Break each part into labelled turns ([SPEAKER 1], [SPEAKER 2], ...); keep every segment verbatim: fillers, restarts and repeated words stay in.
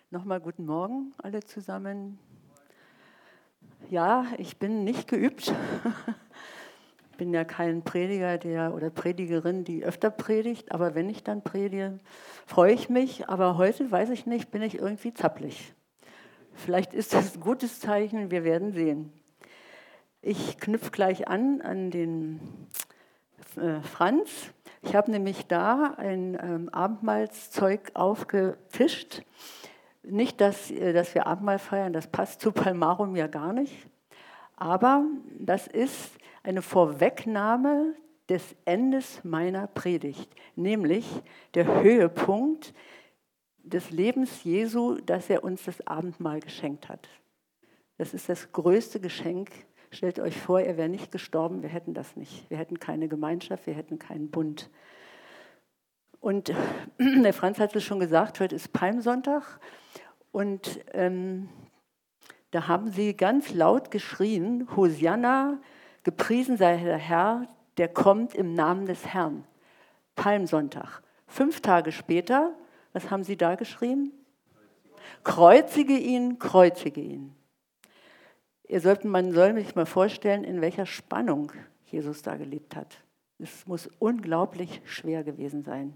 [SPEAKER 1] Nochmal guten Morgen alle zusammen. Ja, ich bin nicht geübt. Ich bin ja kein Prediger der, oder Predigerin, die öfter predigt, aber wenn ich dann predige, freue ich mich. Aber heute, weiß ich nicht, bin ich irgendwie zappelig. Vielleicht ist das ein gutes Zeichen, wir werden sehen. Ich knüpfe gleich an an den äh, Franz. Ich habe nämlich da ein ähm, Abendmahlszeug aufgetischt. Nicht, dass, dass wir Abendmahl feiern, das passt zu Palmarum ja gar nicht. Aber das ist eine Vorwegnahme des Endes meiner Predigt, nämlich der Höhepunkt des Lebens Jesu, dass er uns das Abendmahl geschenkt hat. Das ist das größte Geschenk. Stellt euch vor, er wäre nicht gestorben, wir hätten das nicht. Wir hätten keine Gemeinschaft, wir hätten keinen Bund. Und der Franz hat es schon gesagt, heute ist Palmsonntag. Und ähm, da haben sie ganz laut geschrien, Hosianna, gepriesen sei der Herr, der kommt im Namen des Herrn. Palmsonntag. Fünf Tage später, was haben sie da geschrien? Kreuzige ihn, kreuzige ihn. Ihr sollt, man soll sich mal vorstellen, in welcher Spannung Jesus da gelebt hat. Es muss unglaublich schwer gewesen sein.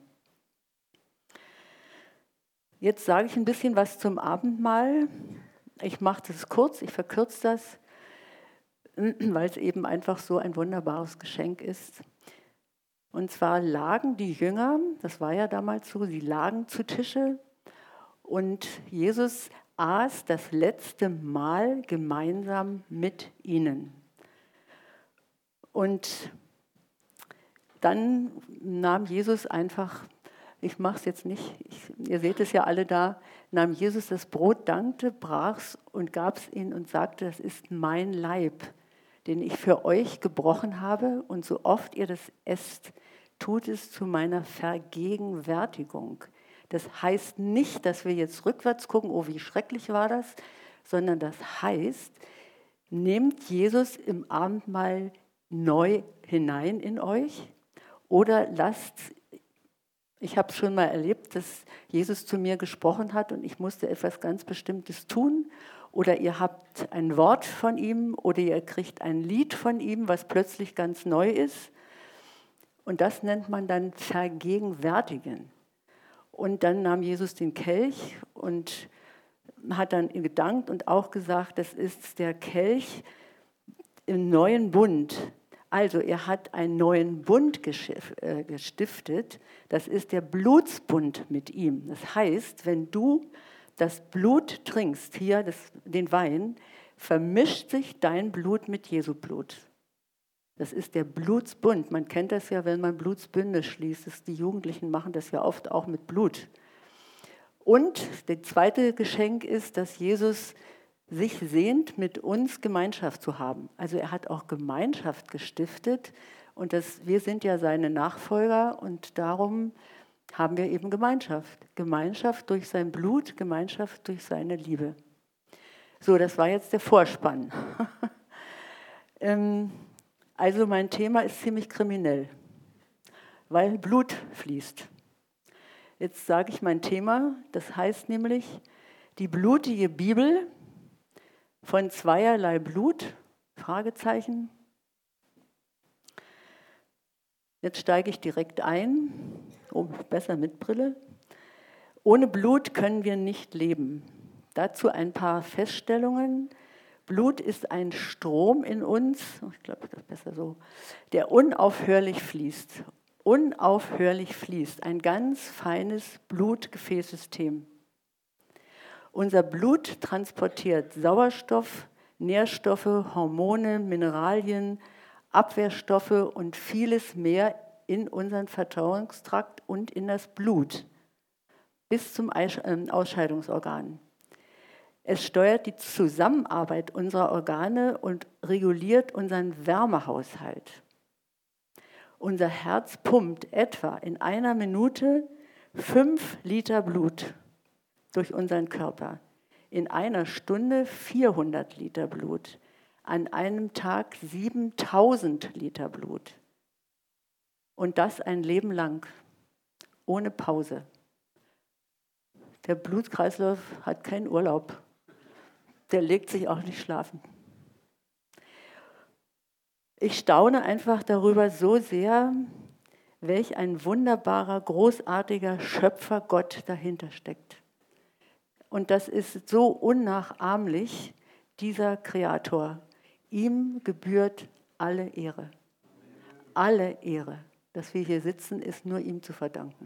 [SPEAKER 1] Jetzt sage ich ein bisschen was zum Abendmahl. Ich mache das kurz, ich verkürze das, weil es eben einfach so ein wunderbares Geschenk ist. Und zwar lagen die Jünger, das war ja damals so, sie lagen zu Tische und Jesus aß das letzte Mal gemeinsam mit ihnen. Und dann nahm Jesus einfach, ich mache es jetzt nicht, ich, ihr seht es ja alle da, nahm Jesus das Brot, dankte, brach es und gab es ihnen und sagte, das ist mein Leib, den ich für euch gebrochen habe und so oft ihr das esst, tut es zu meiner Vergegenwärtigung. Das heißt nicht, dass wir jetzt rückwärts gucken, oh wie schrecklich war das, sondern das heißt, nehmt Jesus im Abendmahl neu hinein in euch oder lasst, ich habe es schon mal erlebt, dass Jesus zu mir gesprochen hat und ich musste etwas ganz Bestimmtes tun oder ihr habt ein Wort von ihm oder ihr kriegt ein Lied von ihm, was plötzlich ganz neu ist und das nennt man dann vergegenwärtigen. Und dann nahm Jesus den Kelch und hat dann gedankt und auch gesagt, das ist der Kelch im neuen Bund. Also er hat einen neuen Bund gestiftet, das ist der Blutsbund mit ihm. Das heißt, wenn du das Blut trinkst, hier das, den Wein, vermischt sich dein Blut mit Jesu Blut. Das ist der Blutsbund. Man kennt das ja, wenn man Blutsbünde schließt. Das, die Jugendlichen machen das ja oft auch mit Blut. Und das zweite Geschenk ist, dass Jesus sich sehnt, mit uns Gemeinschaft zu haben. Also er hat auch Gemeinschaft gestiftet und das, wir sind ja seine Nachfolger und darum haben wir eben Gemeinschaft. Gemeinschaft durch sein Blut, Gemeinschaft durch seine Liebe. So, das war jetzt der Vorspann. ähm, also mein Thema ist ziemlich kriminell, weil Blut fließt. Jetzt sage ich mein Thema, das heißt nämlich die blutige Bibel von zweierlei Blut, Fragezeichen. Jetzt steige ich direkt ein, oh, besser mit Brille. Ohne Blut können wir nicht leben. Dazu ein paar Feststellungen. Blut ist ein Strom in uns, ich glaube, das ist besser so, der unaufhörlich fließt. Unaufhörlich fließt. Ein ganz feines Blutgefäßsystem. Unser Blut transportiert Sauerstoff, Nährstoffe, Hormone, Mineralien, Abwehrstoffe und vieles mehr in unseren Verdauungstrakt und in das Blut bis zum Ausscheidungsorgan. Es steuert die Zusammenarbeit unserer Organe und reguliert unseren Wärmehaushalt. Unser Herz pumpt etwa in einer Minute fünf Liter Blut durch unseren Körper. In einer Stunde vierhundert Liter Blut. An einem Tag siebentausend Liter Blut. Und das ein Leben lang, ohne Pause. Der Blutkreislauf hat keinen Urlaub. Der legt sich auch nicht schlafen. Ich staune einfach darüber so sehr, welch ein wunderbarer, großartiger Schöpfer Gott dahinter steckt. Und das ist so unnachahmlich, dieser Kreator. Ihm gebührt alle Ehre. Alle Ehre. Dass wir hier sitzen, ist nur ihm zu verdanken.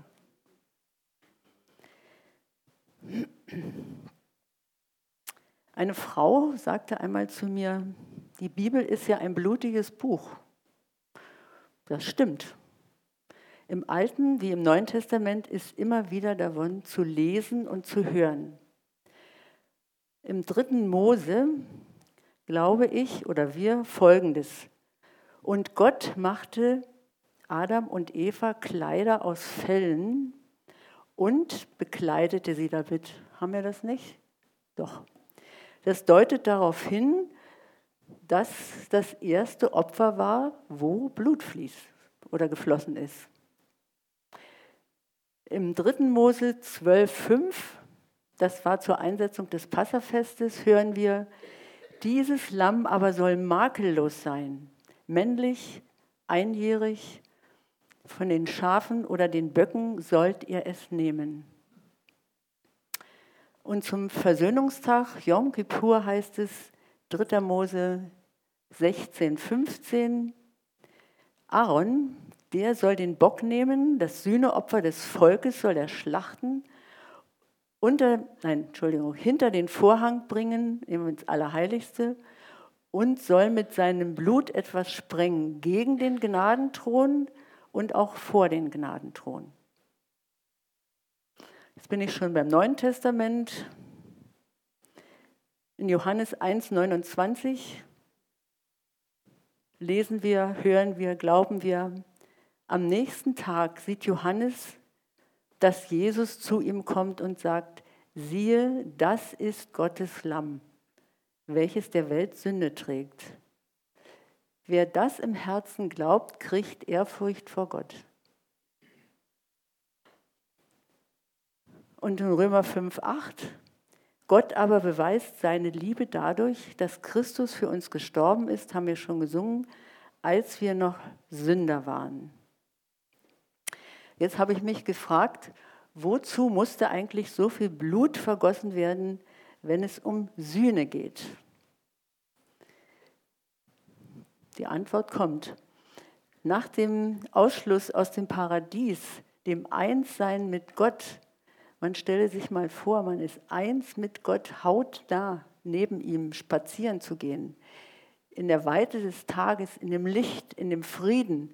[SPEAKER 1] Eine Frau sagte einmal zu mir, die Bibel ist ja ein blutiges Buch. Das stimmt. Im Alten wie im Neuen Testament ist immer wieder davon zu lesen und zu hören. Im dritten Mose glaube ich oder wir Folgendes. Und Gott machte Adam und Eva Kleider aus Fellen und bekleidete sie damit. Haben wir das nicht? Doch. Das deutet darauf hin, dass das erste Opfer war, wo Blut fließt oder geflossen ist. Im dritten Mose zwölf fünf, das war zur Einsetzung des Passafestes, hören wir, dieses Lamm aber soll makellos sein, männlich, einjährig, von den Schafen oder den Böcken sollt ihr es nehmen. Und zum Versöhnungstag, Jom Kippur heißt es, dritter Mose sechzehn fünfzehn, Aaron, der soll den Bock nehmen, das Sühneopfer des Volkes soll er schlachten, unter, nein, Entschuldigung, hinter den Vorhang bringen, ins Allerheiligste, und soll mit seinem Blut etwas sprengen gegen den Gnadenthron und auch vor den Gnadenthron. Jetzt bin ich schon beim Neuen Testament. In Johannes eins neunundzwanzig lesen wir, hören wir, glauben wir, am nächsten Tag sieht Johannes, dass Jesus zu ihm kommt und sagt, siehe, das ist Gottes Lamm, welches der Welt Sünde trägt. Wer das im Herzen glaubt, kriegt Ehrfurcht vor Gott. Und in Römer fünf acht, Gott aber beweist seine Liebe dadurch, dass Christus für uns gestorben ist, haben wir schon gesungen, als wir noch Sünder waren. Jetzt habe ich mich gefragt, wozu musste eigentlich so viel Blut vergossen werden, wenn es um Sühne geht? Die Antwort kommt. Nach dem Ausschluss aus dem Paradies, dem Einssein mit Gott, man stelle sich mal vor, man ist eins mit Gott, hautnah neben ihm spazieren zu gehen, in der Weite des Tages, in dem Licht, in dem Frieden,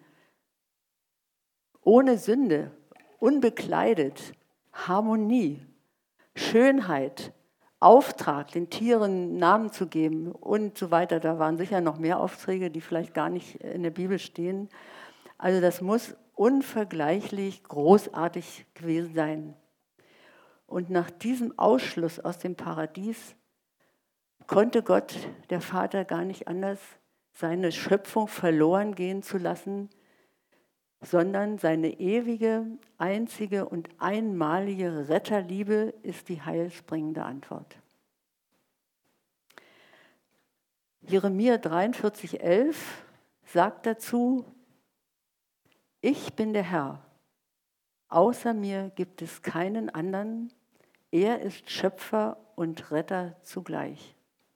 [SPEAKER 1] ohne Sünde, unbekleidet, Harmonie, Schönheit, Auftrag, den Tieren Namen zu geben und so weiter. Da waren sicher noch mehr Aufträge, die vielleicht gar nicht in der Bibel stehen. Also das muss unvergleichlich großartig gewesen sein. Und nach diesem Ausschluss aus dem Paradies konnte Gott, der Vater, gar nicht anders, seine Schöpfung verloren gehen zu lassen, sondern seine ewige, einzige und einmalige Retterliebe ist die heilsbringende Antwort. Jeremia dreiundvierzig elf sagt dazu, ich bin der Herr, außer mir gibt es keinen anderen, er ist Schöpfer und Retter zugleich.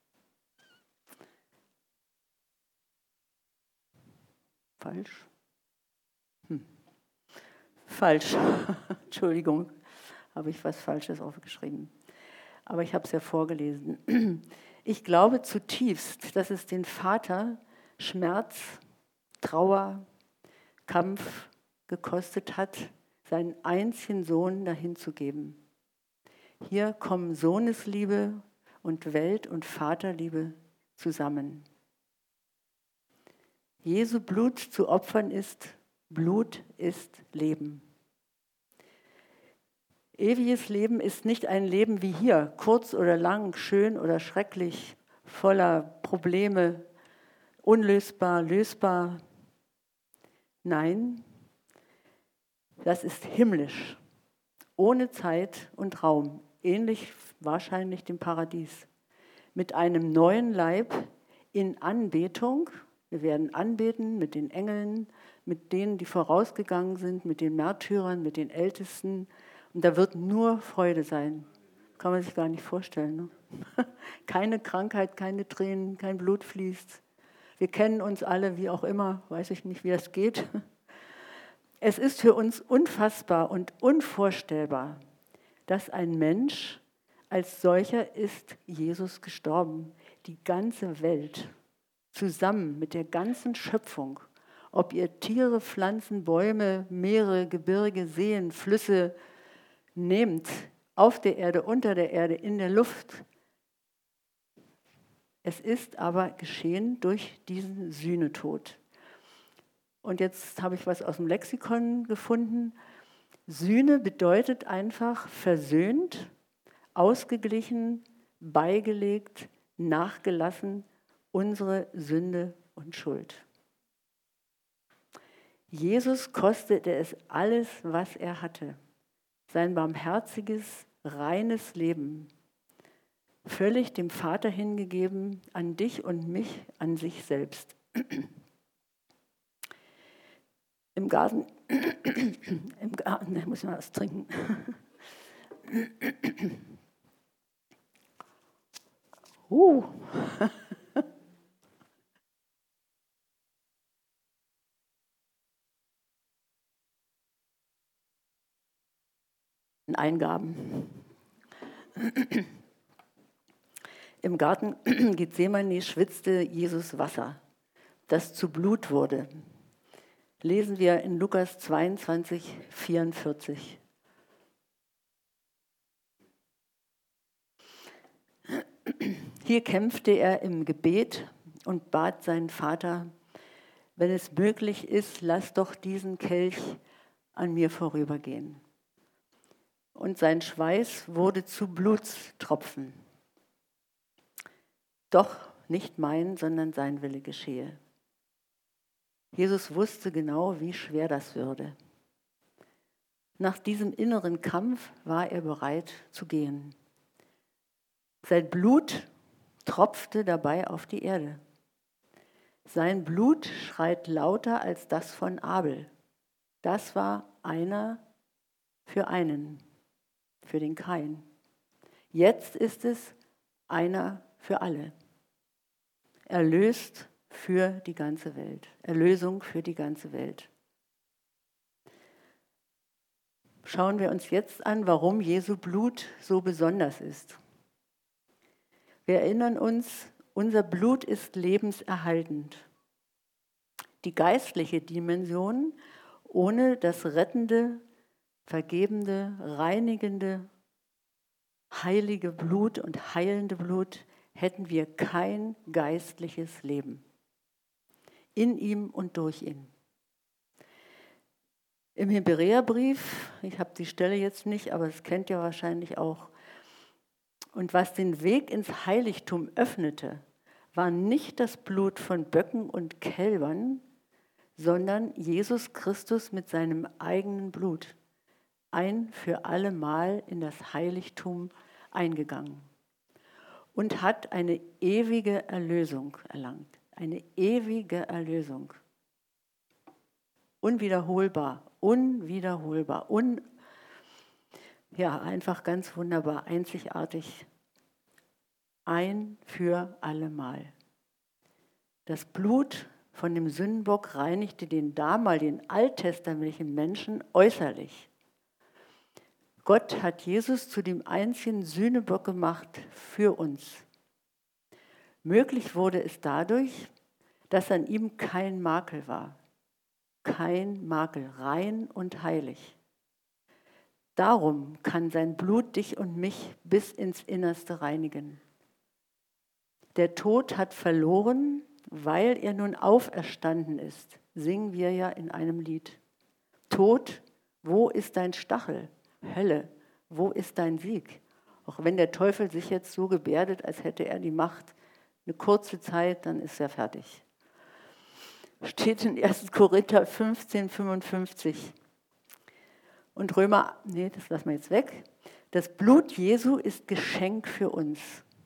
[SPEAKER 1] Falsch? Hm. Falsch. Entschuldigung, habe ich was Falsches aufgeschrieben. Aber ich habe es ja vorgelesen. Ich glaube zutiefst, dass es den Vater Schmerz, Trauer, Kampf gekostet hat, seinen einzigen Sohn dahin zu geben. Hier kommen Sohnesliebe und Welt- und Vaterliebe zusammen. Jesu Blut zu opfern ist, Blut ist Leben. Ewiges Leben ist nicht ein Leben wie hier, kurz oder lang, schön oder schrecklich, voller Probleme, unlösbar, lösbar. Nein, das ist himmlisch, ohne Zeit und Raum, ähnlich wahrscheinlich dem Paradies, mit einem neuen Leib in Anbetung. Wir werden anbeten mit den Engeln, mit denen, die vorausgegangen sind, mit den Märtyrern, mit den Ältesten. Und da wird nur Freude sein. Kann man sich gar nicht vorstellen. Ne? Keine Krankheit, keine Tränen, kein Blut fließt. Wir kennen uns alle, wie auch immer, weiß ich nicht, wie das geht. Es ist für uns unfassbar und unvorstellbar, dass ein Mensch, als solcher ist Jesus gestorben. Die ganze Welt, zusammen mit der ganzen Schöpfung, ob ihr Tiere, Pflanzen, Bäume, Meere, Gebirge, Seen, Flüsse nehmt, auf der Erde, unter der Erde, in der Luft. Es ist aber geschehen durch diesen Sühnetod. Und jetzt habe ich was aus dem Lexikon gefunden. Sühne bedeutet einfach versöhnt, ausgeglichen, beigelegt, nachgelassen, unsere Sünde und Schuld. Jesus kostete es alles, was er hatte. Sein barmherziges, reines Leben, völlig dem Vater hingegeben, an dich und mich, an sich selbst. Im Garten, im Garten, ich muss mal was trinken. Uh. Eingaben. Im Garten Gethsemane schwitzte Jesus Wasser, das zu Blut wurde. Lesen wir in Lukas zweiundzwanzig, vierundvierzig. Hier kämpfte er im Gebet und bat seinen Vater, wenn es möglich ist, lass doch diesen Kelch an mir vorübergehen. Und sein Schweiß wurde zu Blutstropfen. Doch nicht mein, sondern sein Wille geschehe. Jesus wusste genau, wie schwer das würde. Nach diesem inneren Kampf war er bereit zu gehen. Sein Blut tropfte dabei auf die Erde. Sein Blut schreit lauter als das von Abel. Das war einer für einen, für den Kain. Jetzt ist es einer für alle. Erlöst für die ganze Welt. Erlösung für die ganze Welt. Schauen wir uns jetzt an, warum Jesu Blut so besonders ist. Wir erinnern uns, unser Blut ist lebenserhaltend. Die geistliche Dimension ohne das rettende, vergebende, reinigende, heilige Blut und heilende Blut hätten wir kein geistliches Leben. In ihm und durch ihn. Im Hebräerbrief, ich habe die Stelle jetzt nicht, aber das kennt ihr wahrscheinlich auch, und was den Weg ins Heiligtum öffnete, war nicht das Blut von Böcken und Kälbern, sondern Jesus Christus mit seinem eigenen Blut, ein für alle Mal in das Heiligtum eingegangen und hat eine ewige Erlösung erlangt. Eine ewige Erlösung. Unwiederholbar, unwiederholbar, un, ja, einfach ganz wunderbar, einzigartig. Ein für allemal. Das Blut von dem Sündenbock reinigte den damaligen alttestamentlichen Menschen äußerlich. Gott hat Jesus zu dem einzigen Sühnebock gemacht für uns. Möglich wurde es dadurch, dass an ihm kein Makel war. Kein Makel, rein und heilig. Darum kann sein Blut dich und mich bis ins Innerste reinigen. Der Tod hat verloren, weil er nun auferstanden ist, singen wir ja in einem Lied. Tod, wo ist dein Stachel? Hölle, wo ist dein Sieg? Auch wenn der Teufel sich jetzt so gebärdet, als hätte er die Macht, eine kurze Zeit, dann ist er fertig. Steht in ersten Korinther fünfzehn, fünfundfünfzig. Und Römer, nee, das lassen wir jetzt weg. Das Blut Jesu ist Geschenk für uns.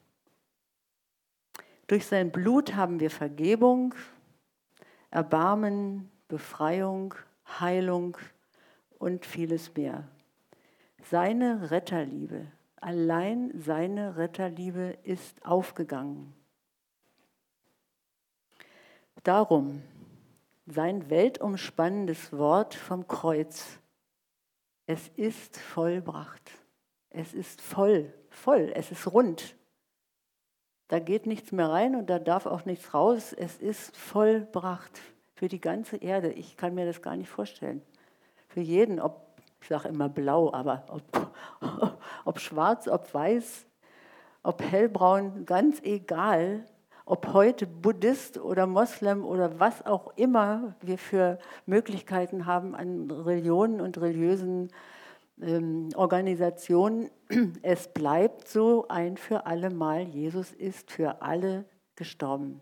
[SPEAKER 1] Durch sein Blut haben wir Vergebung, Erbarmen, Befreiung, Heilung und vieles mehr. Seine Retterliebe, allein seine Retterliebe ist aufgegangen. Darum sein weltumspannendes Wort vom Kreuz. Es ist vollbracht. Es ist voll, voll, es ist rund. Da geht nichts mehr rein und da darf auch nichts raus. Es ist vollbracht für die ganze Erde. Ich kann mir das gar nicht vorstellen. Für jeden, ob, ich sage immer blau, aber ob, ob schwarz, ob weiß, ob hellbraun, ganz egal, ob heute Buddhist oder Moslem oder was auch immer wir für Möglichkeiten haben an Religionen und religiösen ähm, Organisationen. Es bleibt so ein für alle Mal, Jesus ist für alle gestorben.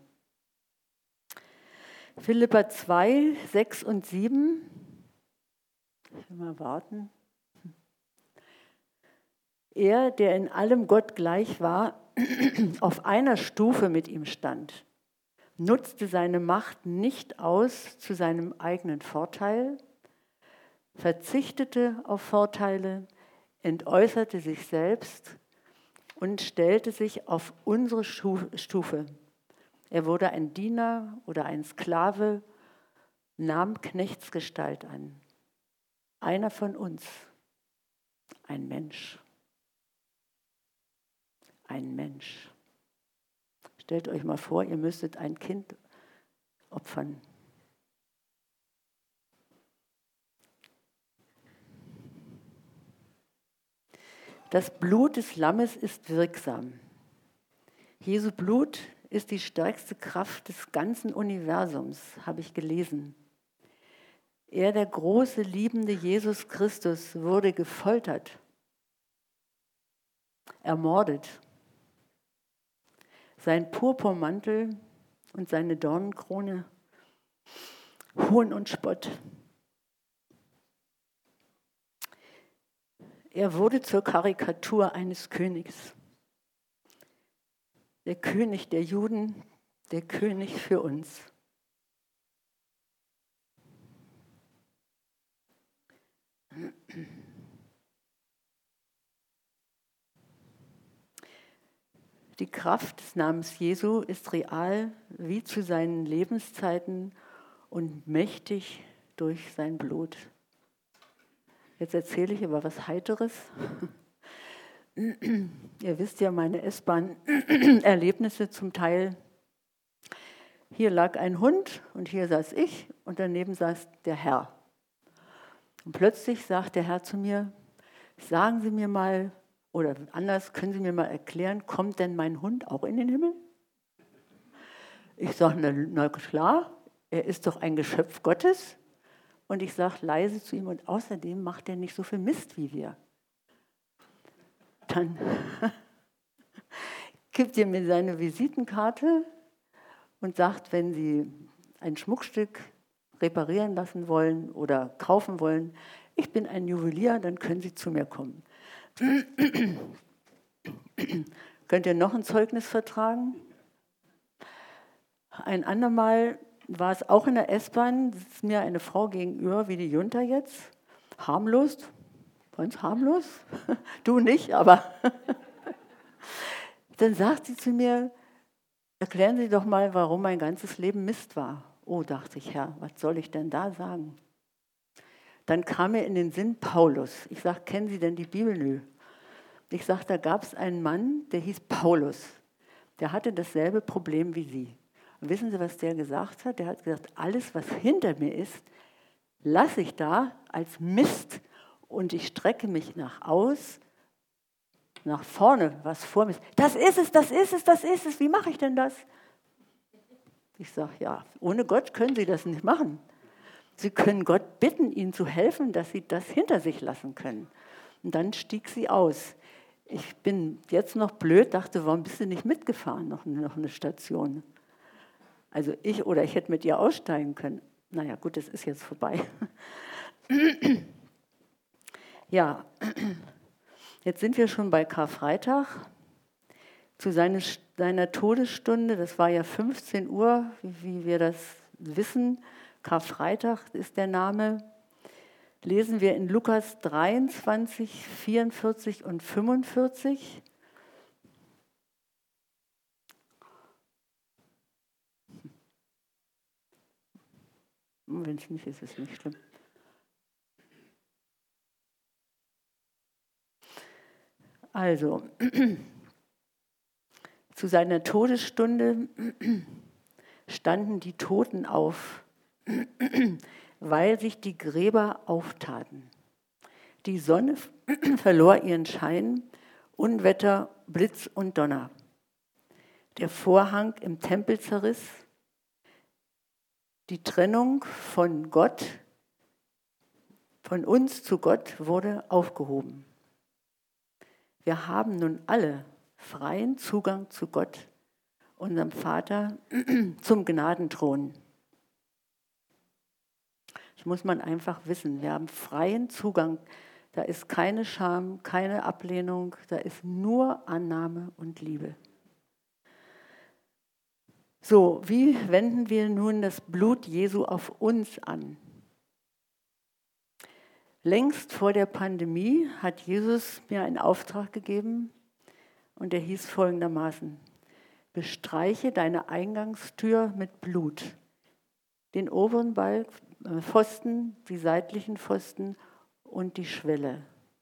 [SPEAKER 1] Philipper zwei, sechs und sieben. Ich will mal warten. Er, der in allem Gott gleich war, auf einer Stufe mit ihm stand, nutzte seine Macht nicht aus zu seinem eigenen Vorteil, verzichtete auf Vorteile, entäußerte sich selbst und stellte sich auf unsere Stufe. Er wurde ein Diener oder ein Sklave, nahm Knechtsgestalt an. Einer von uns, ein Mensch. Ein Mensch. Stellt euch mal vor, ihr müsstet ein Kind opfern. Das Blut des Lammes ist wirksam. Jesu Blut ist die stärkste Kraft des ganzen Universums, habe ich gelesen. Er, der große, liebende Jesus Christus, wurde gefoltert, ermordet. Sein Purpurmantel und seine Dornenkrone, Hohn und Spott. Er wurde zur Karikatur eines Königs. Der König der Juden, der König für uns. Die Kraft des Namens Jesu ist real wie zu seinen Lebenszeiten und mächtig durch sein Blut. Jetzt erzähle ich aber was Heiteres. Ihr wisst ja meine S-Bahn-Erlebnisse zum Teil. Hier lag ein Hund und hier saß ich und daneben saß der Herr. Und plötzlich sagt der Herr zu mir, sagen Sie mir mal, oder anders, können Sie mir mal erklären, kommt denn mein Hund auch in den Himmel? Ich sage, na, na klar, er ist doch ein Geschöpf Gottes. Und ich sage leise zu ihm, und außerdem macht er nicht so viel Mist wie wir. Dann gibt er mir seine Visitenkarte und sagt, wenn Sie ein Schmuckstück reparieren lassen wollen oder kaufen wollen, ich bin ein Juwelier, dann können Sie zu mir kommen. Könnt ihr noch ein Zeugnis vertragen? Ein andermal war es auch in der S-Bahn, sitzt mir eine Frau gegenüber, wie die Junta jetzt, harmlos, ganz harmlos, du nicht, aber dann sagt sie zu mir, erklären Sie doch mal, warum mein ganzes Leben Mist war. Oh, dachte ich, Herr, was soll ich denn da sagen? Dann kam mir in den Sinn Paulus. Ich sage, kennen Sie denn die Bibel? Nö. Ich sage, da gab es einen Mann, der hieß Paulus. Der hatte dasselbe Problem wie Sie. Und wissen Sie, was der gesagt hat? Der hat gesagt, alles, was hinter mir ist, lasse ich da als Mist und ich strecke mich nach aus, nach vorne, was vor mir ist. Das ist es, das ist es, das ist es. Wie mache ich denn das? Ich sage, ja, ohne Gott können Sie das nicht machen. Sie können Gott bitten, Ihnen zu helfen, dass Sie das hinter sich lassen können. Und dann stieg sie aus. Ich bin jetzt noch blöd, dachte, warum bist du nicht mitgefahren, noch, noch eine Station? Also ich oder ich hätte mit ihr aussteigen können. Naja, gut, das ist jetzt vorbei. Ja, Jetzt sind wir schon bei Karfreitag. Zu seine, seiner Todesstunde, das war ja fünfzehn Uhr, wie wir das wissen, Karfreitag ist der Name, lesen wir in Lukas dreiundzwanzig, vierundvierzig und fünfundvierzig. Wenn es nicht ist, ist es nicht schlimm. Also, zu seiner Todesstunde standen die Toten auf, weil sich die Gräber auftaten. Die Sonne verlor ihren Schein, Unwetter, Blitz und Donner. Der Vorhang im Tempel zerriss. Die Trennung von Gott, von uns zu Gott, wurde aufgehoben. Wir haben nun alle freien Zugang zu Gott, unserem Vater, zum Gnadenthron. Das muss man einfach wissen. Wir haben freien Zugang. Da ist keine Scham, keine Ablehnung, da ist nur Annahme und Liebe. So, wie wenden wir nun das Blut Jesu auf uns an? Längst vor der Pandemie hat Jesus mir einen Auftrag gegeben und der hieß folgendermaßen: Bestreiche deine Eingangstür mit Blut, den oberen Balk, äh, Pfosten, die seitlichen Pfosten und die Schwelle.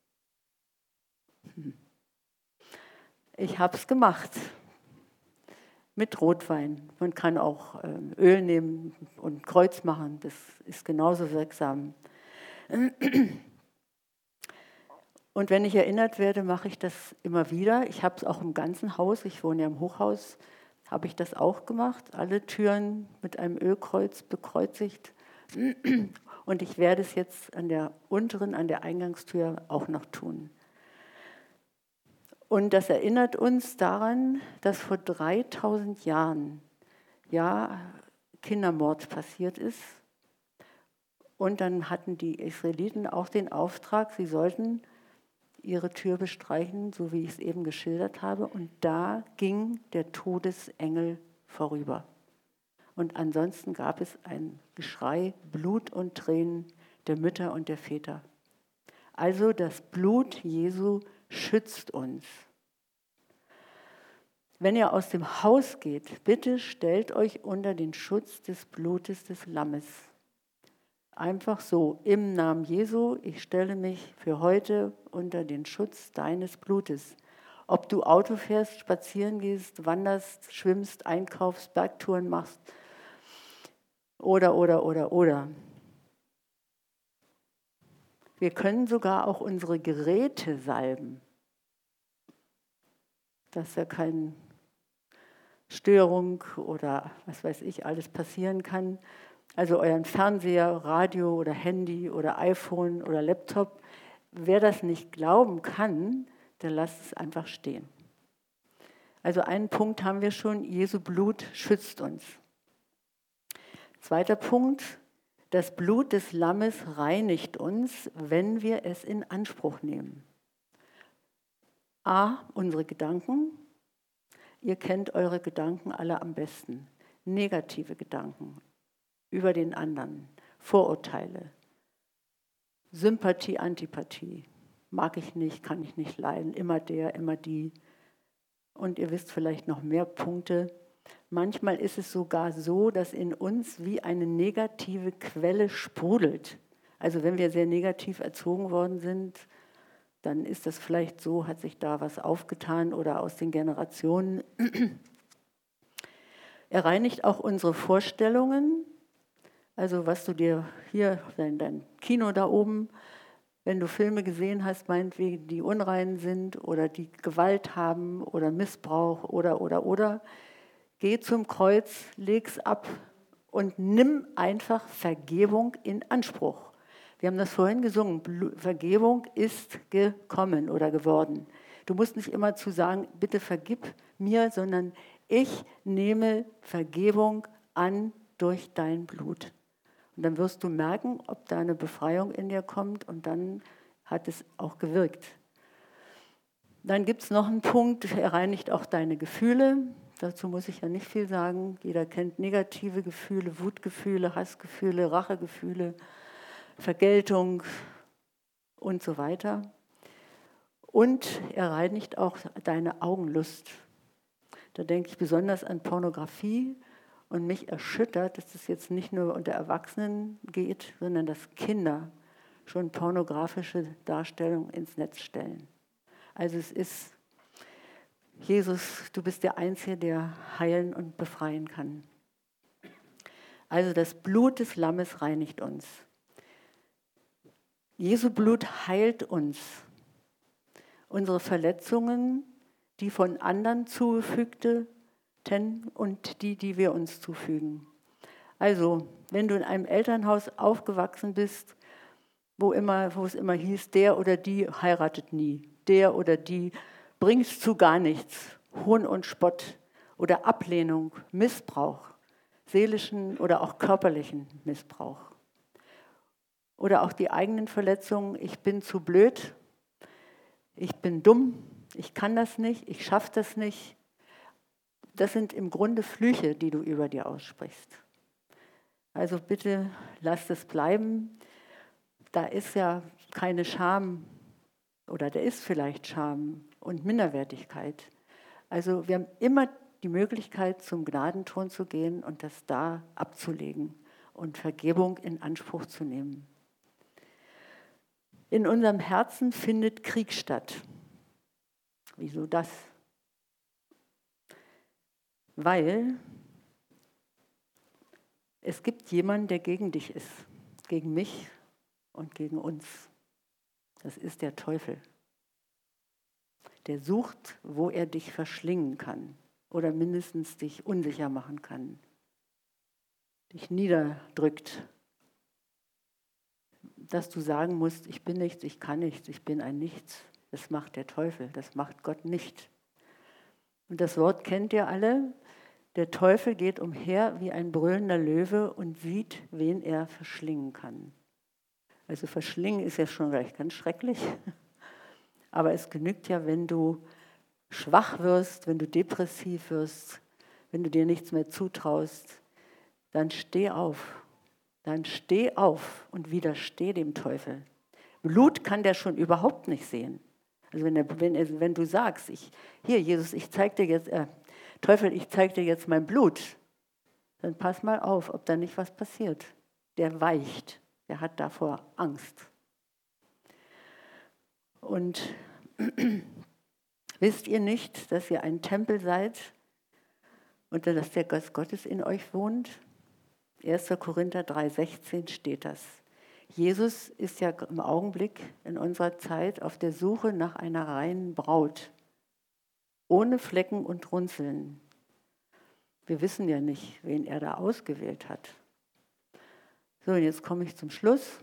[SPEAKER 1] Ich habe es gemacht. Mit Rotwein. Man kann auch ähm, Öl nehmen und Kreuz machen. Das ist genauso wirksam. Und wenn ich erinnert werde, mache ich das immer wieder. Ich habe es auch im ganzen Haus, ich wohne ja im Hochhaus, habe ich das auch gemacht. Alle Türen mit einem Ölkreuz bekreuzigt. Und ich werde es jetzt an der unteren, an der Eingangstür auch noch tun. Und das erinnert uns daran, dass vor dreitausend Jahren ja Kindermord passiert ist. Und dann hatten die Israeliten auch den Auftrag, sie sollten ihre Tür bestreichen, so wie ich es eben geschildert habe. Und da ging der Todesengel vorüber. Und ansonsten gab es ein Geschrei, Blut und Tränen der Mütter und der Väter. Also das Blut Jesu schützt uns. Wenn ihr aus dem Haus geht, bitte stellt euch unter den Schutz des Blutes des Lammes. Einfach so, im Namen Jesu, ich stelle mich für heute unter den Schutz deines Blutes. Ob du Auto fährst, spazieren gehst, wanderst, schwimmst, einkaufst, Bergtouren machst oder, oder, oder, oder. Wir können sogar auch unsere Geräte salben, dass ja keine Störung oder was weiß ich alles passieren kann. Also euren Fernseher, Radio oder Handy oder iPhone oder Laptop. Wer das nicht glauben kann, der lasst es einfach stehen. Also einen Punkt haben wir schon, Jesu Blut schützt uns. Zweiter Punkt, das Blut des Lammes reinigt uns, wenn wir es in Anspruch nehmen. A, unsere Gedanken. Ihr kennt eure Gedanken alle am besten. Negative Gedanken über den anderen, Vorurteile, Sympathie, Antipathie. Mag ich nicht, kann ich nicht leiden, immer der, immer die. Und ihr wisst vielleicht noch mehr Punkte. Manchmal ist es sogar so, dass in uns wie eine negative Quelle sprudelt. Also wenn wir sehr negativ erzogen worden sind, dann ist das vielleicht so, hat sich da was aufgetan oder aus den Generationen. Er reinigt auch unsere Vorstellungen, also was du dir hier, dein, dein Kino da oben, wenn du Filme gesehen hast, meinetwegen, die unrein sind oder die Gewalt haben oder Missbrauch oder, oder, oder, geh zum Kreuz, leg's ab und nimm einfach Vergebung in Anspruch. Wir haben das vorhin gesungen, Vergebung ist gekommen oder geworden. Du musst nicht immer zu sagen, bitte vergib mir, sondern ich nehme Vergebung an durch dein Blut. Und dann wirst du merken, ob da eine Befreiung in dir kommt und dann hat es auch gewirkt. Dann gibt es noch einen Punkt, er reinigt auch deine Gefühle. Dazu muss ich ja nicht viel sagen. Jeder kennt negative Gefühle, Wutgefühle, Hassgefühle, Rachegefühle, Vergeltung und so weiter. Und er reinigt auch deine Augenlust. Da denke ich besonders an Pornografie und mich erschüttert, dass es jetzt nicht nur unter Erwachsenen geht, sondern dass Kinder schon pornografische Darstellungen ins Netz stellen. Also es ist, Jesus, du bist der Einzige, der heilen und befreien kann. Also das Blut des Lammes reinigt uns. Jesu Blut heilt uns. Unsere Verletzungen, die von anderen zugefügte und die, die wir uns zufügen. Also, wenn du in einem Elternhaus aufgewachsen bist, wo, immer, wo es immer hieß, der oder die heiratet nie, der oder die bringt zu gar nichts, Hohn und Spott oder Ablehnung, Missbrauch, seelischen oder auch körperlichen Missbrauch. Oder auch die eigenen Verletzungen, ich bin zu blöd, ich bin dumm, ich kann das nicht, ich schaffe das nicht. Das sind im Grunde Flüche, die du über dir aussprichst. Also bitte lass es bleiben. Da ist ja keine Scham oder da ist vielleicht Scham und Minderwertigkeit. Also wir haben immer die Möglichkeit, zum Gnadenthron zu gehen und das da abzulegen und Vergebung in Anspruch zu nehmen. In unserem Herzen findet Krieg statt. Wieso das? Weil es gibt jemanden, der gegen dich ist, gegen mich und gegen uns. Das ist der Teufel. Der sucht, wo er dich verschlingen kann oder mindestens dich unsicher machen kann, dich niederdrückt, dass du sagen musst, ich bin nichts, ich kann nichts, ich bin ein Nichts. Das macht der Teufel, das macht Gott nicht. Und das Wort kennt ihr alle. Der Teufel geht umher wie ein brüllender Löwe und sieht, wen er verschlingen kann. Also verschlingen ist ja schon gleich ganz schrecklich. Aber es genügt ja, wenn du schwach wirst, wenn du depressiv wirst, wenn du dir nichts mehr zutraust, dann steh auf. Dann steh auf und widersteh dem Teufel. Blut kann der schon überhaupt nicht sehen. Also wenn, er, wenn, er, wenn du sagst, ich, hier Jesus, ich zeig dir jetzt, äh, Teufel, ich zeig dir jetzt mein Blut, dann pass mal auf, ob da nicht was passiert. Der weicht, der hat davor Angst. Und wisst ihr nicht, dass ihr ein Tempel seid und dass der Geist Gottes in euch wohnt? erster Korinther drei sechzehn steht das. Jesus ist ja im Augenblick in unserer Zeit auf der Suche nach einer reinen Braut, ohne Flecken und Runzeln. Wir wissen ja nicht, wen er da ausgewählt hat. So, und jetzt komme ich zum Schluss.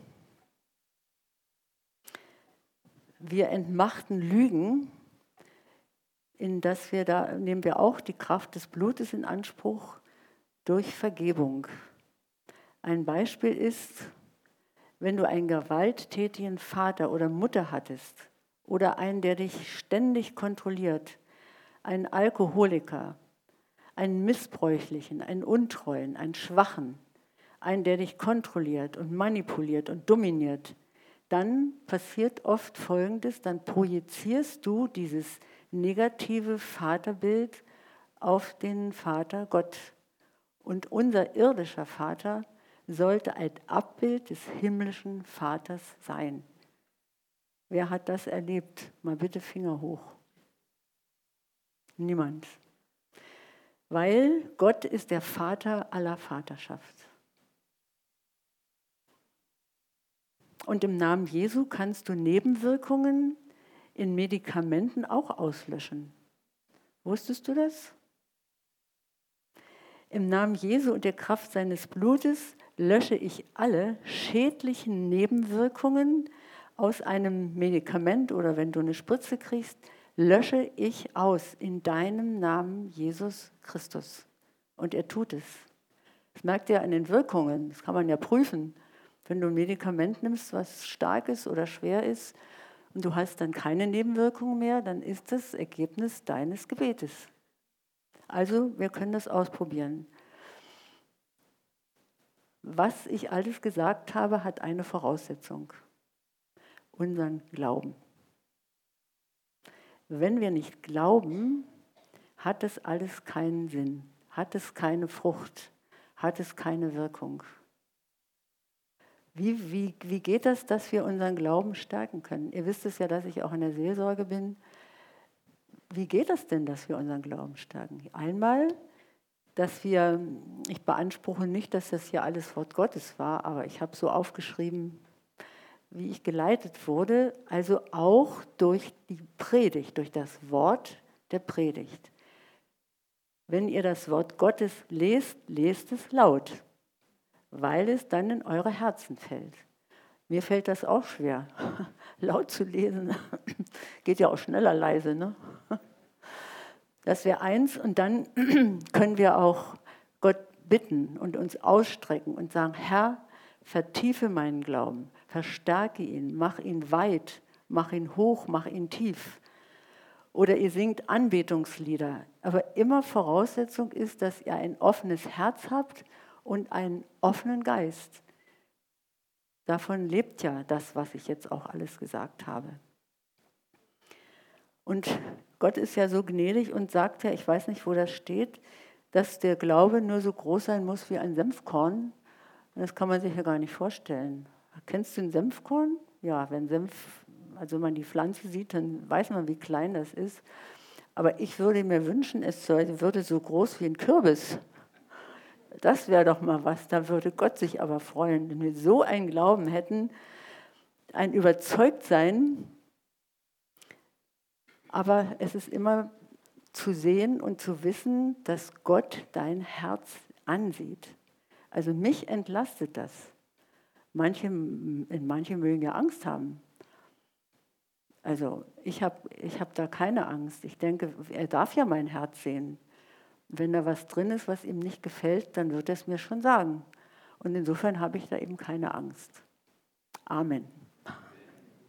[SPEAKER 1] Wir entmachten Lügen, in das wir da nehmen wir auch die Kraft des Blutes in Anspruch durch Vergebung. Ein Beispiel ist, wenn du einen gewalttätigen Vater oder Mutter hattest oder einen, der dich ständig kontrolliert, einen Alkoholiker, einen Missbräuchlichen, einen Untreuen, einen Schwachen, einen, der dich kontrolliert und manipuliert und dominiert, dann passiert oft Folgendes, dann projizierst du dieses negative Vaterbild auf den Vater Gott. Und unser irdischer Vater sollte ein Abbild des himmlischen Vaters sein. Wer hat das erlebt? Mal bitte Finger hoch. Niemand. Weil Gott ist der Vater aller Vaterschaft. Und im Namen Jesu kannst du Nebenwirkungen in Medikamenten auch auslöschen. Wusstest du das? Im Namen Jesu und der Kraft seines Blutes lösche ich alle schädlichen Nebenwirkungen aus einem Medikament oder wenn du eine Spritze kriegst, lösche ich aus in deinem Namen Jesus Christus. Und er tut es. Das merkt ihr an den Wirkungen, das kann man ja prüfen. Wenn du ein Medikament nimmst, was stark ist oder schwer ist und du hast dann keine Nebenwirkungen mehr, dann ist das Ergebnis deines Gebetes. Also wir können das ausprobieren. Was ich alles gesagt habe, hat eine Voraussetzung: unseren Glauben. Wenn wir nicht glauben, hat es alles keinen Sinn, hat es keine Frucht, hat es keine Wirkung. Wie, wie, wie geht das, dass wir unseren Glauben stärken können? Ihr wisst es ja, dass ich auch in der Seelsorge bin. Wie geht das denn, dass wir unseren Glauben stärken? Einmal, dass wir, ich beanspruche nicht, dass das hier alles Wort Gottes war, aber ich habe so aufgeschrieben, wie ich geleitet wurde, also auch durch die Predigt, durch das Wort der Predigt. Wenn ihr das Wort Gottes lest, lest es laut, weil es dann in eure Herzen fällt. Mir fällt das auch schwer, laut zu lesen. Geht ja auch schneller leise, ne? Das wäre eins, und dann können wir auch Gott bitten und uns ausstrecken und sagen: Herr, vertiefe meinen Glauben, verstärke ihn, mach ihn weit, mach ihn hoch, mach ihn tief. Oder ihr singt Anbetungslieder, aber immer Voraussetzung ist, dass ihr ein offenes Herz habt und einen offenen Geist. Davon lebt ja das, was ich jetzt auch alles gesagt habe. Und Gott ist ja so gnädig und sagt ja, ich weiß nicht, wo das steht, dass der Glaube nur so groß sein muss wie ein Senfkorn. Das kann man sich ja gar nicht vorstellen. Kennst du ein Senfkorn? Ja, wenn Senf, also wenn man die Pflanze sieht, dann weiß man, wie klein das ist. Aber ich würde mir wünschen, es würde so groß wie ein Kürbis. Das wäre doch mal was, da würde Gott sich aber freuen, wenn wir so einen Glauben hätten, ein Überzeugtsein. Aber es ist immer zu sehen und zu wissen, dass Gott dein Herz ansieht. Also mich entlastet das. Manche, manche mögen ja Angst haben. Also ich habe ich hab da keine Angst. Ich denke, er darf ja mein Herz sehen. Wenn da was drin ist, was ihm nicht gefällt, dann wird er es mir schon sagen. Und insofern habe ich da eben keine Angst. Amen.